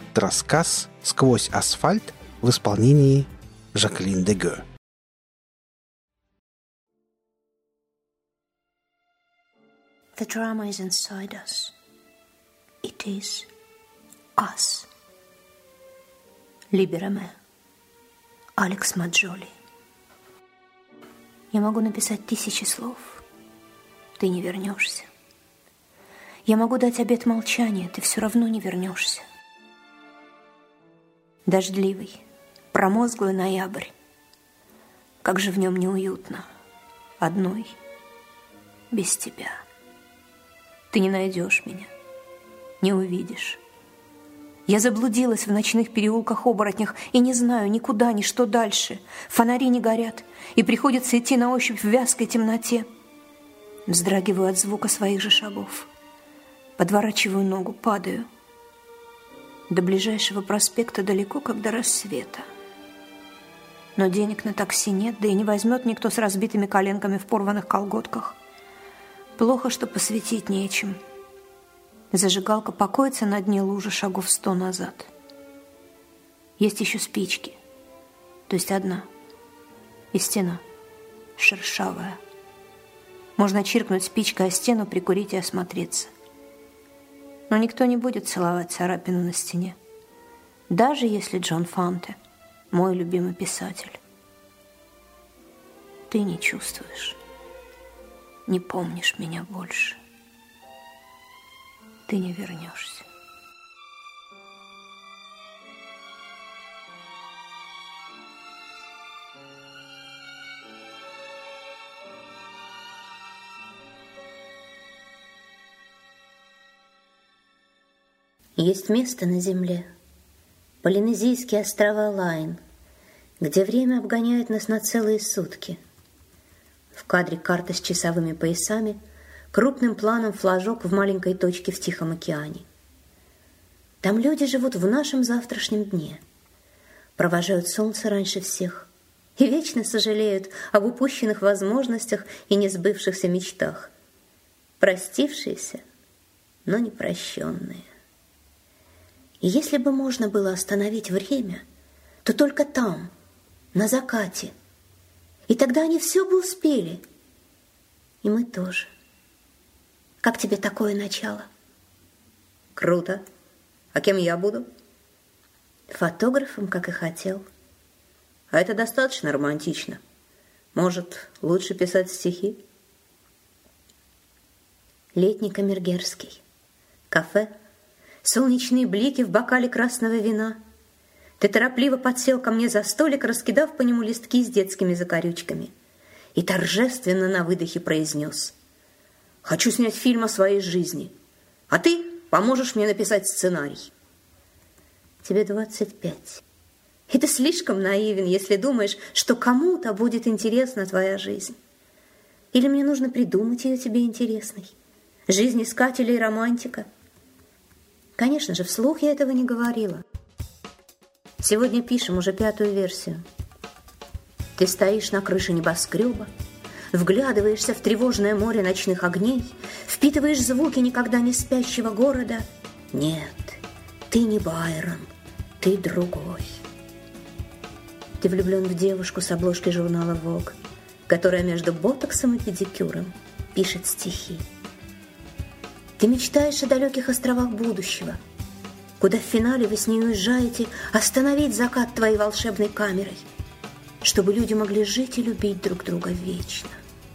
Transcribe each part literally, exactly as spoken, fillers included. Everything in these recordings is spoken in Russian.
рассказ «Сквозь асфальт» в исполнении Жаклин Дегё. The drama is inside us. It is us. Либераме. Алекс Маджоли. Я могу написать тысячи слов. Ты не вернешься. Я могу дать обет молчания. Ты все равно не вернешься. Дождливый, промозглый ноябрь. Как же в нем неуютно. Одной, без тебя. Ты не найдешь меня, не увидишь. Я заблудилась в ночных переулках-оборотнях и не знаю никуда, ни что дальше. Фонари не горят, и приходится идти на ощупь в вязкой темноте. Вздрагиваю от звука своих же шагов. Подворачиваю ногу, падаю. До ближайшего проспекта далеко, как до рассвета. Но денег на такси нет, да и не возьмет никто с разбитыми коленками в порванных колготках. Плохо, что посветить нечем. Зажигалка покоится на дне лужи шагов сто назад. Есть еще спички, то есть одна, и стена шершавая. Можно чиркнуть спичкой о стену, прикурить и осмотреться. Но никто не будет целовать царапину на стене, даже если Джон Фанте, мой любимый писатель. Ты не чувствуешь, не помнишь меня больше. Ты не вернешься. Есть место на земле, Полинезийские острова Лайн, где время обгоняет нас на целые сутки. В кадре карта с часовыми поясами, крупным планом флажок в маленькой точке в Тихом океане. Там люди живут в нашем завтрашнем дне, провожают солнце раньше всех и вечно сожалеют об упущенных возможностях и несбывшихся мечтах. Простившиеся, но не прощенные. И если бы можно было остановить время, то только там, на закате. И тогда они все бы успели. И мы тоже. Как тебе такое начало? Круто. А кем я буду? Фотографом, как и хотел. А это достаточно романтично. Может, лучше писать стихи? Летний Камергерский. Кафе. Солнечные блики в бокале красного вина. Ты торопливо подсел ко мне за столик, раскидав по нему листки с детскими закорючками, и торжественно на выдохе произнес: «Хочу снять фильм о своей жизни, а ты поможешь мне написать сценарий». Тебе двадцать пять. И ты слишком наивен, если думаешь, что кому-то будет интересна твоя жизнь. Или мне нужно придумать ее тебе интересной? Жизнь искателя и романтика? Конечно же, вслух я этого не говорила. Сегодня пишем уже пятую версию. Ты стоишь на крыше небоскреба, вглядываешься в тревожное море ночных огней, впитываешь звуки никогда не спящего города. Нет, ты не Байрон, ты другой. Ты влюблен в девушку с обложки журнала Vogue, которая между ботоксом и педикюром пишет стихи. Ты мечтаешь о далеких островах будущего, куда в финале вы с ней уезжаете остановить закат твоей волшебной камерой, чтобы люди могли жить и любить друг друга вечно.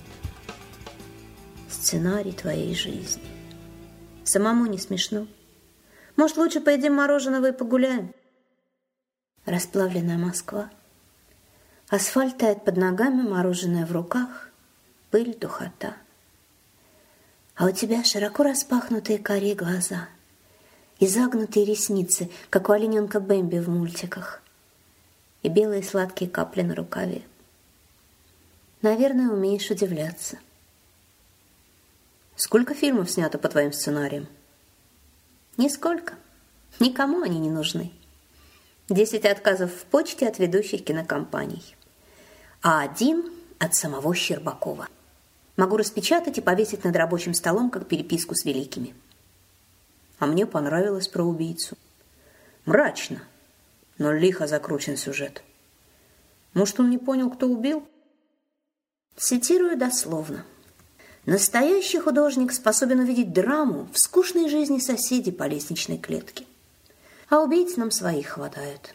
Сценарий твоей жизни. Самому не смешно. Может, лучше поедим мороженого и погуляем? Расплавленная Москва. Асфальт тает под ногами, мороженое в руках, пыль, духота. А у тебя широко распахнутые карие глаза и загнутые ресницы, как у олененка Бэмби в мультиках, и белые сладкие капли на рукаве. Наверное, умеешь удивляться. Сколько фильмов снято по твоим сценариям? Нисколько. Никому они не нужны. Десять отказов в почте от ведущих кинокомпаний. А один от самого Щербакова. Могу распечатать и повесить над рабочим столом, как переписку с великими. А мне понравилось про убийцу. Мрачно, но лихо закручен сюжет. Может, он не понял, кто убил? Цитирую дословно. Настоящий художник способен увидеть драму в скучной жизни соседей по лестничной клетке. А убийц нам своих хватает.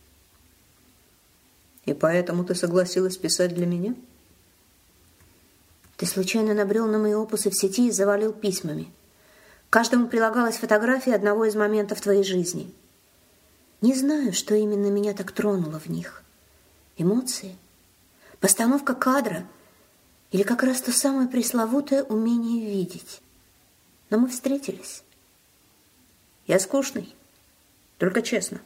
И поэтому ты согласилась писать для меня? Ты случайно набрел на мои опусы в сети и завалил письмами. К каждому прилагалась фотография одного из моментов твоей жизни. Не знаю, что именно меня так тронуло в них. Эмоции? Постановка кадра? Или как раз то самое пресловутое умение видеть? Но мы встретились. Я скучный, только честно.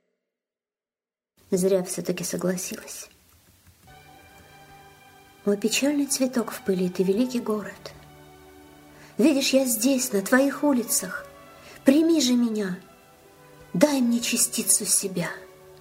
Зря все-таки согласилась. Мой печальный цветок в пыли, ты великий город. Видишь, я здесь, на твоих улицах. Прими же меня. Дай мне частицу себя.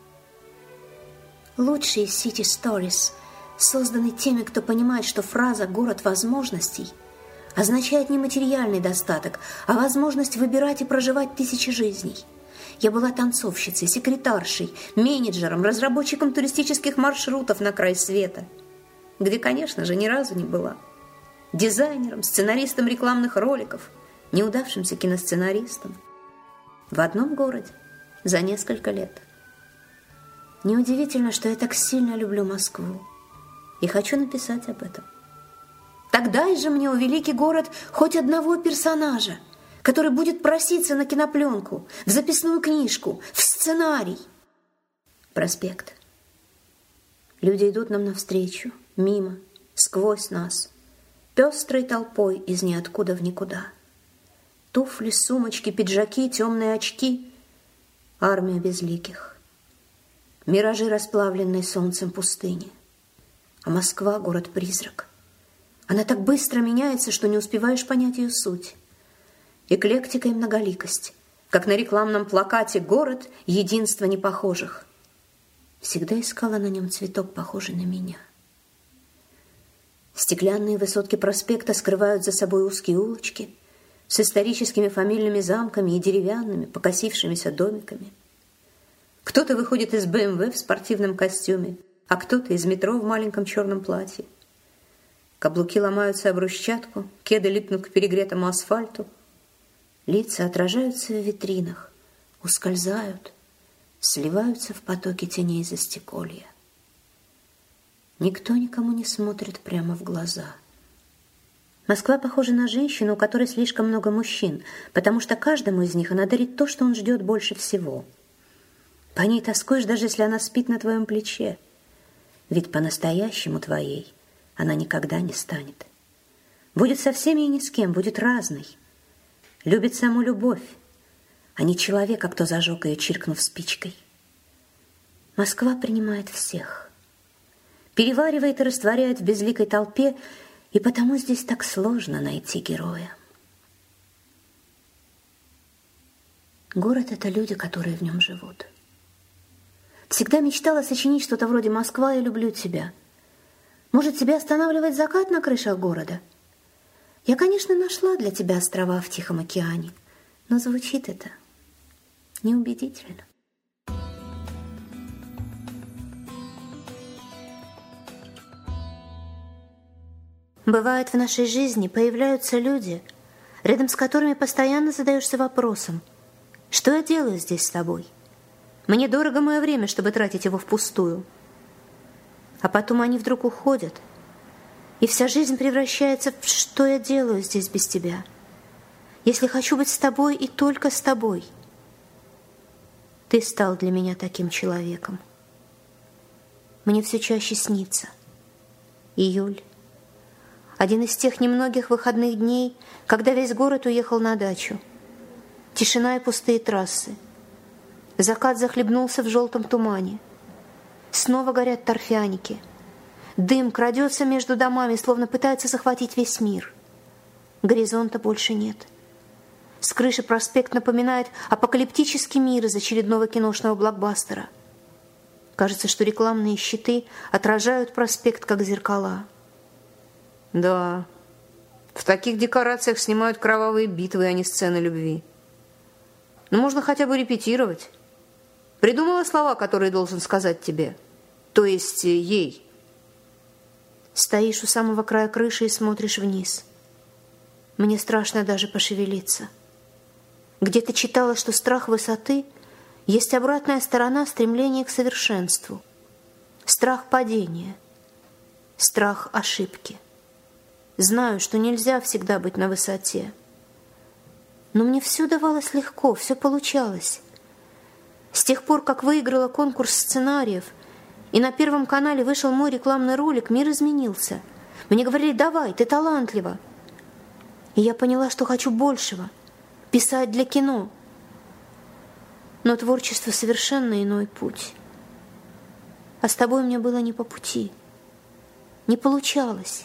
Лучшие City Stories созданы теми, кто понимает, что фраза «город возможностей» означает не материальный достаток, а возможность выбирать и проживать тысячи жизней. Я была танцовщицей, секретаршей, менеджером, разработчиком туристических маршрутов на край света, где, конечно же, ни разу не была. Дизайнером, сценаристом рекламных роликов, неудавшимся киносценаристом. В одном городе за несколько лет. Неудивительно, что я так сильно люблю Москву и хочу написать об этом. Так дай же мне, о великий город, хоть одного персонажа, который будет проситься на кинопленку, в записную книжку, в сценарий. Проспект. Люди идут нам навстречу, мимо, сквозь нас, пестрой толпой из ниоткуда в никуда. Туфли, сумочки, пиджаки, темные очки. Армия безликих. Миражи, расплавленные солнцем пустыни. А Москва — город-призрак. Она так быстро меняется, что не успеваешь понять ее суть. Эклектика и многоликость, как на рекламном плакате «Город — единство непохожих». Всегда искала на нем цветок, похожий на меня. Стеклянные высотки проспекта скрывают за собой узкие улочки с историческими фамильными замками и деревянными, покосившимися домиками. Кто-то выходит из бэ эм вэ в спортивном костюме, а кто-то из метро в маленьком черном платье. Каблуки ломаются об брусчатку, кеды липнут к перегретому асфальту. Лица отражаются в витринах, ускользают, сливаются в потоке теней застеколья. Никто никому не смотрит прямо в глаза. Москва похожа на женщину, у которой слишком много мужчин, потому что каждому из них она дарит то, что он ждет больше всего. По ней тоскуешь, даже если она спит на твоем плече. Ведь по-настоящему твоей она никогда не станет. Будет со всеми и ни с кем, будет разной. Любит саму любовь, а не человека, кто зажег ее, чиркнув спичкой. Москва принимает всех, переваривает и растворяет в безликой толпе, и потому здесь так сложно найти героя. Город — это люди, которые в нем живут. Всегда мечтала сочинить что-то вроде «Москва, я люблю тебя». Может, тебя останавливает закат на крышах города? Я, конечно, нашла для тебя острова в Тихом океане, но звучит это неубедительно. Бывает, в нашей жизни появляются люди, рядом с которыми постоянно задаешься вопросом: что я делаю здесь с тобой? Мне дорого мое время, чтобы тратить его впустую. А потом они вдруг уходят, и вся жизнь превращается в «что я делаю здесь без тебя? Если хочу быть с тобой и только с тобой». Ты стал для меня таким человеком. Мне все чаще снится. Июль. Один из тех немногих выходных дней, когда весь город уехал на дачу. Тишина и пустые трассы. Закат захлебнулся в желтом тумане. Снова горят торфяники. Дым крадется между домами, словно пытается захватить весь мир. Горизонта больше нет. С крыши проспект напоминает апокалиптический мир из очередного киношного блокбастера. Кажется, что рекламные щиты отражают проспект, как зеркала. Да, в таких декорациях снимают кровавые битвы, а не сцены любви. Но можно хотя бы репетировать. Придумала слова, которые должен сказать тебе? То есть ей? Стоишь у самого края крыши и смотришь вниз. Мне страшно даже пошевелиться. Где-то читала, что страх высоты есть обратная сторона стремления к совершенству. Страх падения. Страх ошибки. Знаю, что нельзя всегда быть на высоте. Но мне все давалось легко, все получалось. С тех пор, как выиграла конкурс сценариев, и на Первом канале вышел мой рекламный ролик, мир изменился. Мне говорили: давай, ты талантлива. И я поняла, что хочу большего. Писать для кино. Но творчество совершенно иной путь. А с тобой мне было не по пути. Не получалось.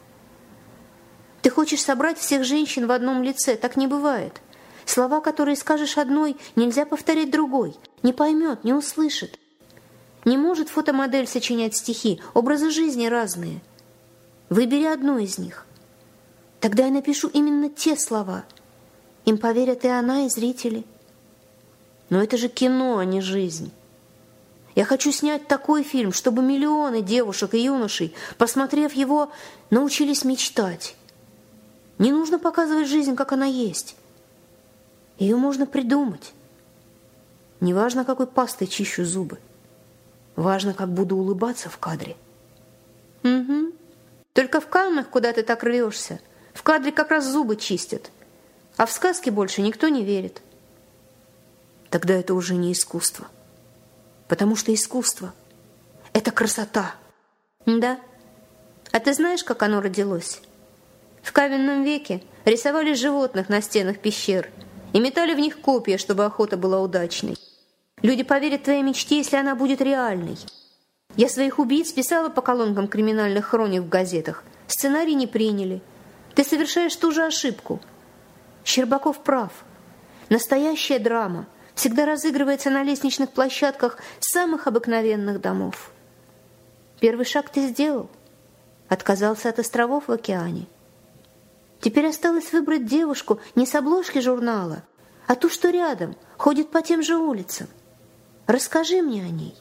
Ты хочешь собрать всех женщин в одном лице. Так не бывает. Слова, которые скажешь одной, нельзя повторять другой. Не поймет, не услышит. Не может фотомодель сочинять стихи. Образы жизни разные. Выбери одну из них. Тогда я напишу именно те слова. Им поверят и она, и зрители. Но это же кино, а не жизнь. Я хочу снять такой фильм, чтобы миллионы девушек и юношей, посмотрев его, научились мечтать. Не нужно показывать жизнь, как она есть. Ее можно придумать. Неважно, какой пастой чищу зубы. Важно, как буду улыбаться в кадре. Угу. Только в Каннах, куда ты так рвешься, в кадре как раз зубы чистят. А в сказки больше никто не верит. Тогда это уже не искусство. Потому что искусство — это красота. Да. А ты знаешь, как оно родилось? В каменном веке рисовали животных на стенах пещер и метали в них копья, чтобы охота была удачной. Люди поверят твоей мечте, если она будет реальной. Я своих убийц писала по колонкам криминальных хроник в газетах. Сценарий не приняли. Ты совершаешь ту же ошибку. Щербаков прав. Настоящая драма всегда разыгрывается на лестничных площадках самых обыкновенных домов. Первый шаг ты сделал. Отказался от островов в океане. Теперь осталось выбрать девушку не с обложки журнала, а ту, что рядом, ходит по тем же улицам. Расскажи мне о ней.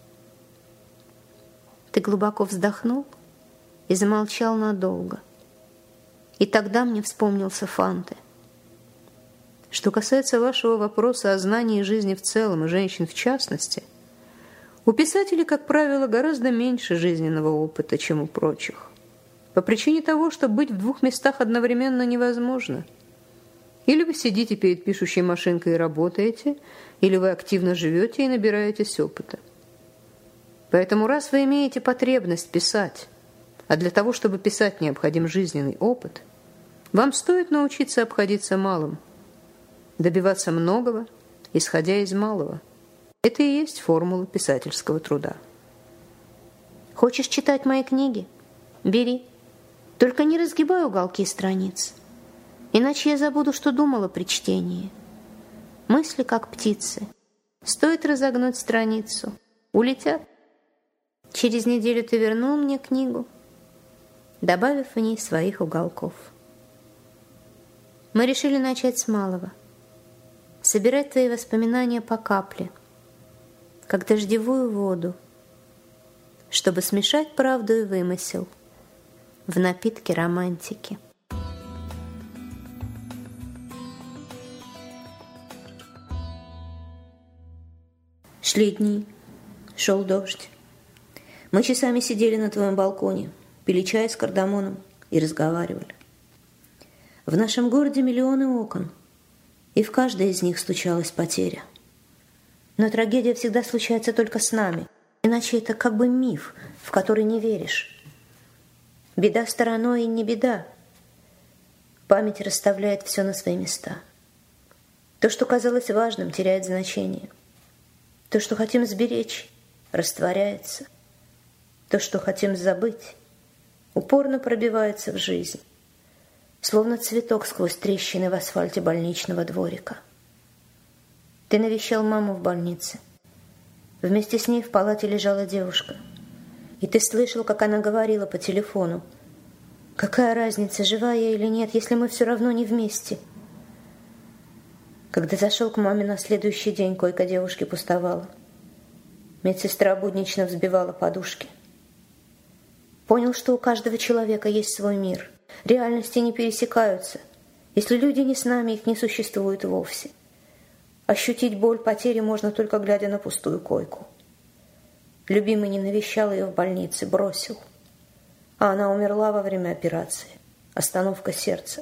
Ты глубоко вздохнул и замолчал надолго. И тогда мне вспомнился Фанте. Что касается вашего вопроса о знании жизни в целом и женщин в частности, у писателей, как правило, гораздо меньше жизненного опыта, чем у прочих. По причине того, что быть в двух местах одновременно невозможно. Или вы сидите перед пишущей машинкой и работаете, или вы активно живете и набираетесь опыта. Поэтому раз вы имеете потребность писать, а для того, чтобы писать, необходим жизненный опыт, вам стоит научиться обходиться малым, добиваться многого, исходя из малого. Это и есть формула писательского труда. Хочешь читать мои книги? Бери. Только не разгибай уголки страниц, иначе я забуду, что думала при чтении. Мысли, как птицы. Стоит разогнуть страницу, улетят. Через неделю ты вернул мне книгу, добавив в ней своих уголков. Мы решили начать с малого. Собирать твои воспоминания по капле, как дождевую воду, чтобы смешать правду и вымысел в напитке романтики. Шли дни, шел дождь. Мы часами сидели на твоем балконе, пили чай с кардамоном и разговаривали. В нашем городе миллионы окон, и в каждой из них стучалась потеря. Но трагедия всегда случается только с нами, иначе это как бы миф, в который не веришь. Беда стороной и не беда. Память расставляет все на свои места. То, что казалось важным, теряет значение. То, что хотим сберечь, растворяется. То, что хотим забыть, упорно пробивается в жизнь, словно цветок сквозь трещины в асфальте больничного дворика. Ты навещал маму в больнице. Вместе с ней в палате лежала девушка. И ты слышал, как она говорила по телефону: «Какая разница, жива я или нет, если мы все равно не вместе?» Когда зашел к маме на следующий день, койка девушки пустовала. Медсестра буднично взбивала подушки. Понял, что у каждого человека есть свой мир. Реальности не пересекаются. Если люди не с нами, их не существует вовсе. Ощутить боль потери можно только глядя на пустую койку. Любимый не навещал ее в больнице, бросил. А она умерла во время операции. Остановка сердца.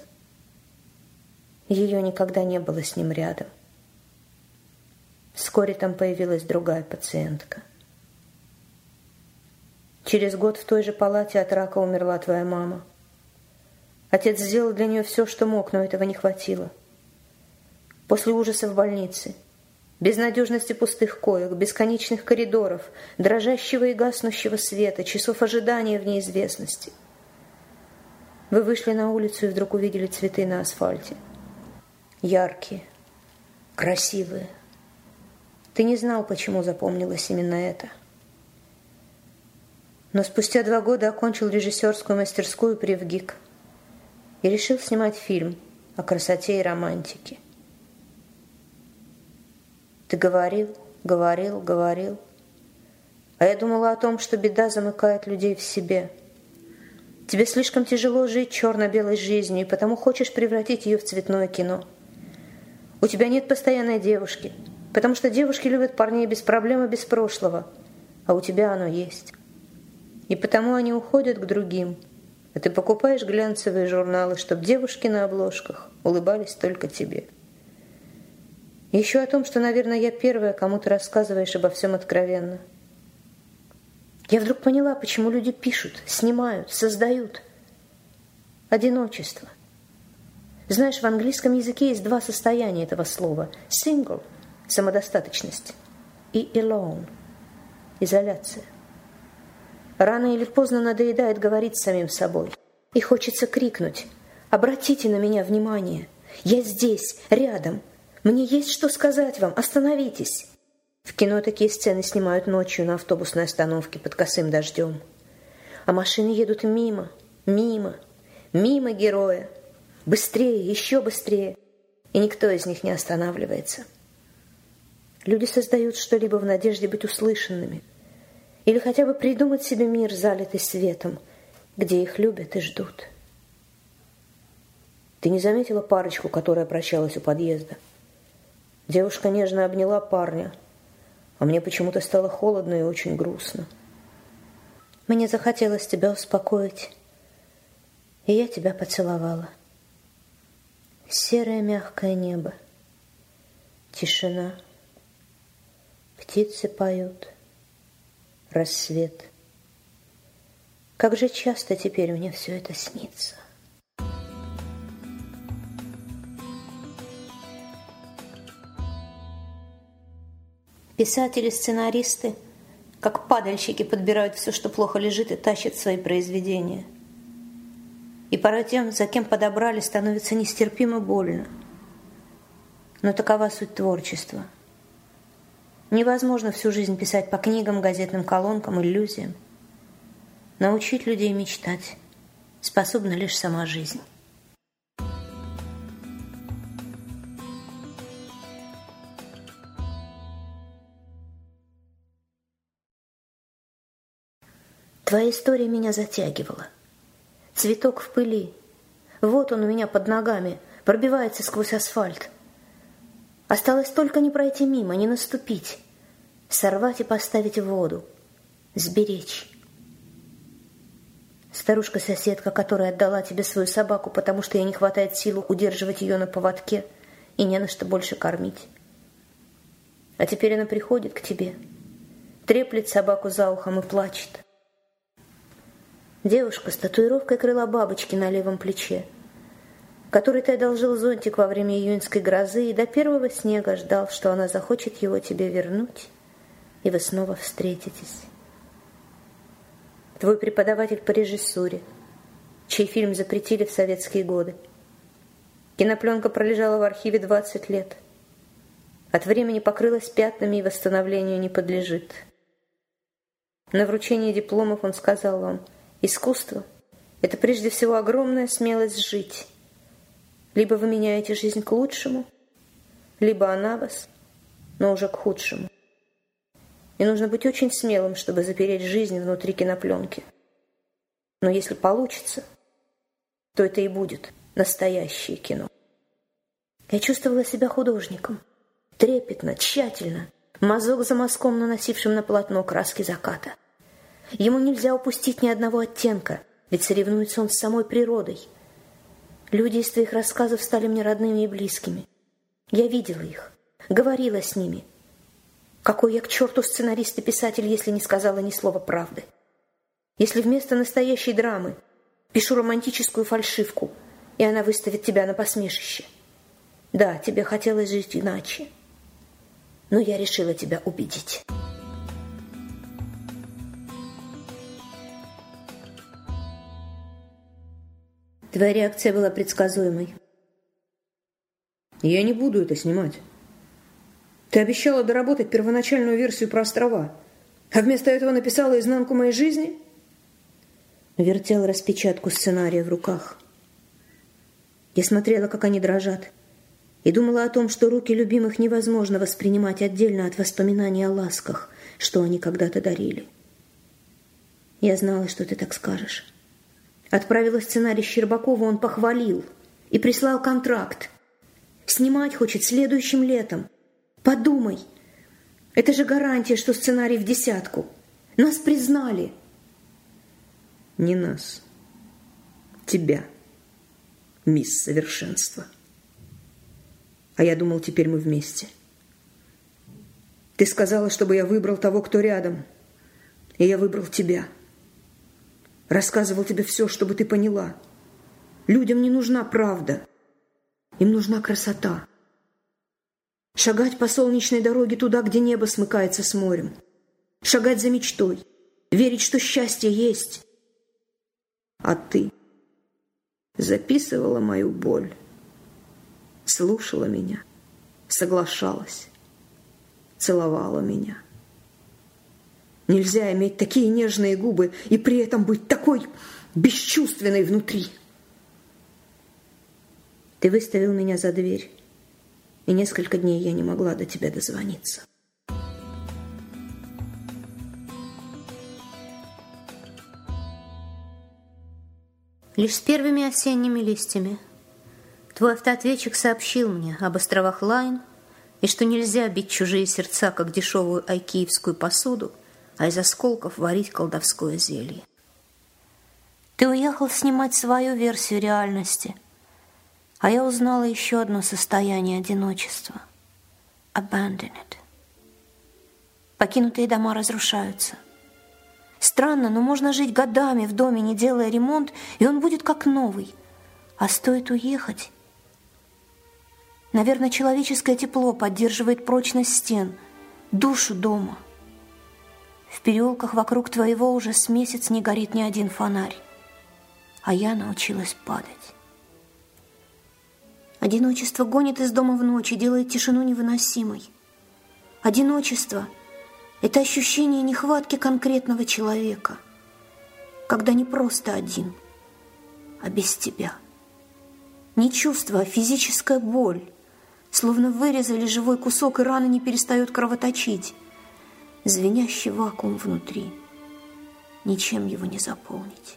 Ее никогда не было с ним рядом. Вскоре там появилась другая пациентка. Через год в той же палате от рака умерла твоя мама. Отец сделал для нее все, что мог, но этого не хватило. После ужаса в больнице, безнадежности пустых коек, бесконечных коридоров, дрожащего и гаснущего света, часов ожидания в неизвестности. Вы вышли на улицу и вдруг увидели цветы на асфальте. Яркие, красивые. Ты не знал, почему запомнилось именно это. Но спустя два года окончил режиссерскую мастерскую при ВГИК и решил снимать фильм о красоте и романтике. Ты говорил, говорил, говорил, а я думала о том, что беда замыкает людей в себе. Тебе слишком тяжело жить черно-белой жизнью, и потому хочешь превратить ее в цветное кино. У тебя нет постоянной девушки, потому что девушки любят парней без проблем и без прошлого, а у тебя оно есть. И потому они уходят к другим, а ты покупаешь глянцевые журналы, чтобы девушки на обложках улыбались только тебе. И еще о том, что, наверное, я первая, кому ты рассказываешь обо всем откровенно. Я вдруг поняла, почему люди пишут, снимают, создают. Одиночество. Знаешь, в английском языке есть два состояния этого слова. Single – самодостаточность, и alone – изоляция. Рано или поздно надоедает говорить с самим собой. И хочется крикнуть: «Обратите на меня внимание! Я здесь, рядом! Мне есть что сказать вам! Остановитесь!» В кино такие сцены снимают ночью на автобусной остановке под косым дождем. А машины едут мимо, мимо, мимо героя. Быстрее, еще быстрее. И никто из них не останавливается. Люди создают что-либо в надежде быть услышанными. Или хотя бы придумать себе мир, залитый светом, где их любят и ждут. Ты не заметила парочку, которая прощалась у подъезда? Девушка нежно обняла парня, а мне почему-то стало холодно и очень грустно. Мне захотелось тебя успокоить, и я тебя поцеловала. Серое мягкое небо, тишина, птицы поют, рассвет. Как же часто теперь мне все это снится. Писатели, сценаристы, как падальщики, подбирают все, что плохо лежит, и тащат свои произведения. И порой тем, за кем подобрали, становится нестерпимо больно. Но такова суть творчества. Невозможно всю жизнь писать по книгам, газетным колонкам, иллюзиям. Научить людей мечтать способна лишь сама жизнь. Твоя история меня затягивала. Цветок в пыли. Вот он у меня под ногами, пробивается сквозь асфальт. Осталось только не пройти мимо, не наступить. Сорвать и поставить в воду. Сберечь. Старушка-соседка, которая отдала тебе свою собаку, потому что ей не хватает сил удерживать ее на поводке и не на что больше кормить. А теперь она приходит к тебе, треплет собаку за ухом и плачет. Девушка с татуировкой крыла бабочки на левом плече, которой ты одолжил зонтик во время июньской грозы и до первого снега ждал, что она захочет его тебе вернуть, и вы снова встретитесь. Твой преподаватель по режиссуре, чей фильм запретили в советские годы. Кинопленка пролежала в архиве двадцать лет. От времени покрылась пятнами и восстановлению не подлежит. На вручении дипломов он сказал вам: искусство – это прежде всего огромная смелость жить. Либо вы меняете жизнь к лучшему, либо она вас, но уже к худшему. И и нужно быть очень смелым, чтобы запереть жизнь внутри кинопленки. Но если получится, то это и будет настоящее кино. Я чувствовала себя художником. Трепетно, тщательно, мазок за мазком, наносившим на полотно краски заката. Ему нельзя упустить ни одного оттенка, ведь соревнуется он с самой природой. Люди из твоих рассказов стали мне родными и близкими. Я видела их, говорила с ними. Какой я к черту сценарист и писатель, если не сказала ни слова правды? Если вместо настоящей драмы пишу романтическую фальшивку, и она выставит тебя на посмешище. Да, тебе хотелось жить иначе, но я решила тебя убедить. Твоя реакция была предсказуемой. Я не буду это снимать. Ты обещала доработать первоначальную версию про острова, а вместо этого написала изнанку моей жизни? Вертела распечатку сценария в руках. Я смотрела, как они дрожат, и думала о том, что руки любимых невозможно воспринимать отдельно от воспоминаний о ласках, что они когда-то дарили. Я знала, что ты так скажешь. Отправила сценарий Щербакову, он похвалил и прислал контракт. Снимать хочет следующим летом. Подумай, это же гарантия, что сценарий в десятку. Нас признали. Не нас. Тебя, мисс Совершенство. А я думал, теперь мы вместе. Ты сказала, чтобы я выбрал того, кто рядом. И я выбрал тебя. Рассказывал тебе все, чтобы ты поняла. Людям не нужна правда. Им нужна красота. Шагать по солнечной дороге туда, где небо смыкается с морем. Шагать за мечтой. Верить, что счастье есть. А ты записывала мою боль. Слушала меня. Соглашалась. Целовала меня. Нельзя иметь такие нежные губы и при этом быть такой бесчувственной внутри. Ты выставил меня за дверь, и несколько дней я не могла до тебя дозвониться. Лишь с первыми осенними листьями твой автоответчик сообщил мне об островах Лайн и что нельзя бить чужие сердца, как дешевую айкиевскую посуду, а из осколков варить колдовское зелье. Ты уехал снимать свою версию реальности, а я узнала еще одно состояние одиночества – abandoned. Покинутые дома разрушаются. Странно, но можно жить годами в доме, не делая ремонт, и он будет как новый. А стоит уехать. Наверное, человеческое тепло поддерживает прочность стен, душу дома. В переулках вокруг твоего уже с месяц не горит ни один фонарь. А я научилась падать. Одиночество гонит из дома в ночь и делает тишину невыносимой. Одиночество – это ощущение нехватки конкретного человека, когда не просто один, а без тебя. Не чувство, а физическая боль, словно вырезали живой кусок, и рана не перестает кровоточить. Звенящий вакуум внутри, ничем его не заполнить.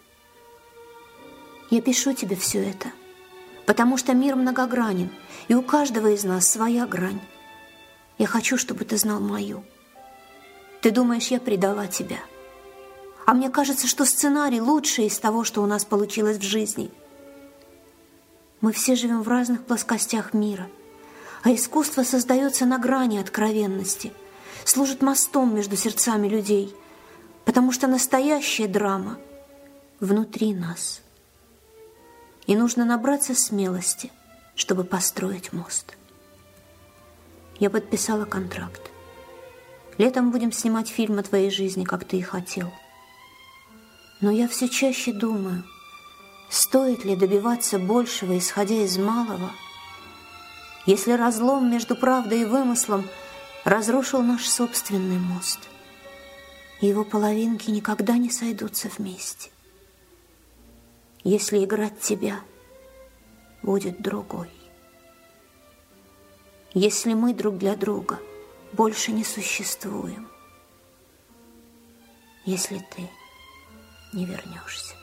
Я пишу тебе все это, потому что мир многогранен, и у каждого из нас своя грань. Я хочу, чтобы ты знал мою. Ты думаешь, я предала тебя, а мне кажется, что сценарий лучший из того, что у нас получилось в жизни. Мы все живем в разных плоскостях мира, а искусство создается на грани откровенности, служит мостом между сердцами людей, потому что настоящая драма внутри нас. И нужно набраться смелости, чтобы построить мост. Я подписала контракт. Летом будем снимать фильм о твоей жизни, как ты и хотел. Но я все чаще думаю, стоит ли добиваться большего, исходя из малого, если разлом между правдой и вымыслом разрушил наш собственный мост, и его половинки никогда не сойдутся вместе. Если играть тебя будет другой. Если мы друг для друга больше не существуем. если ты не вернешься.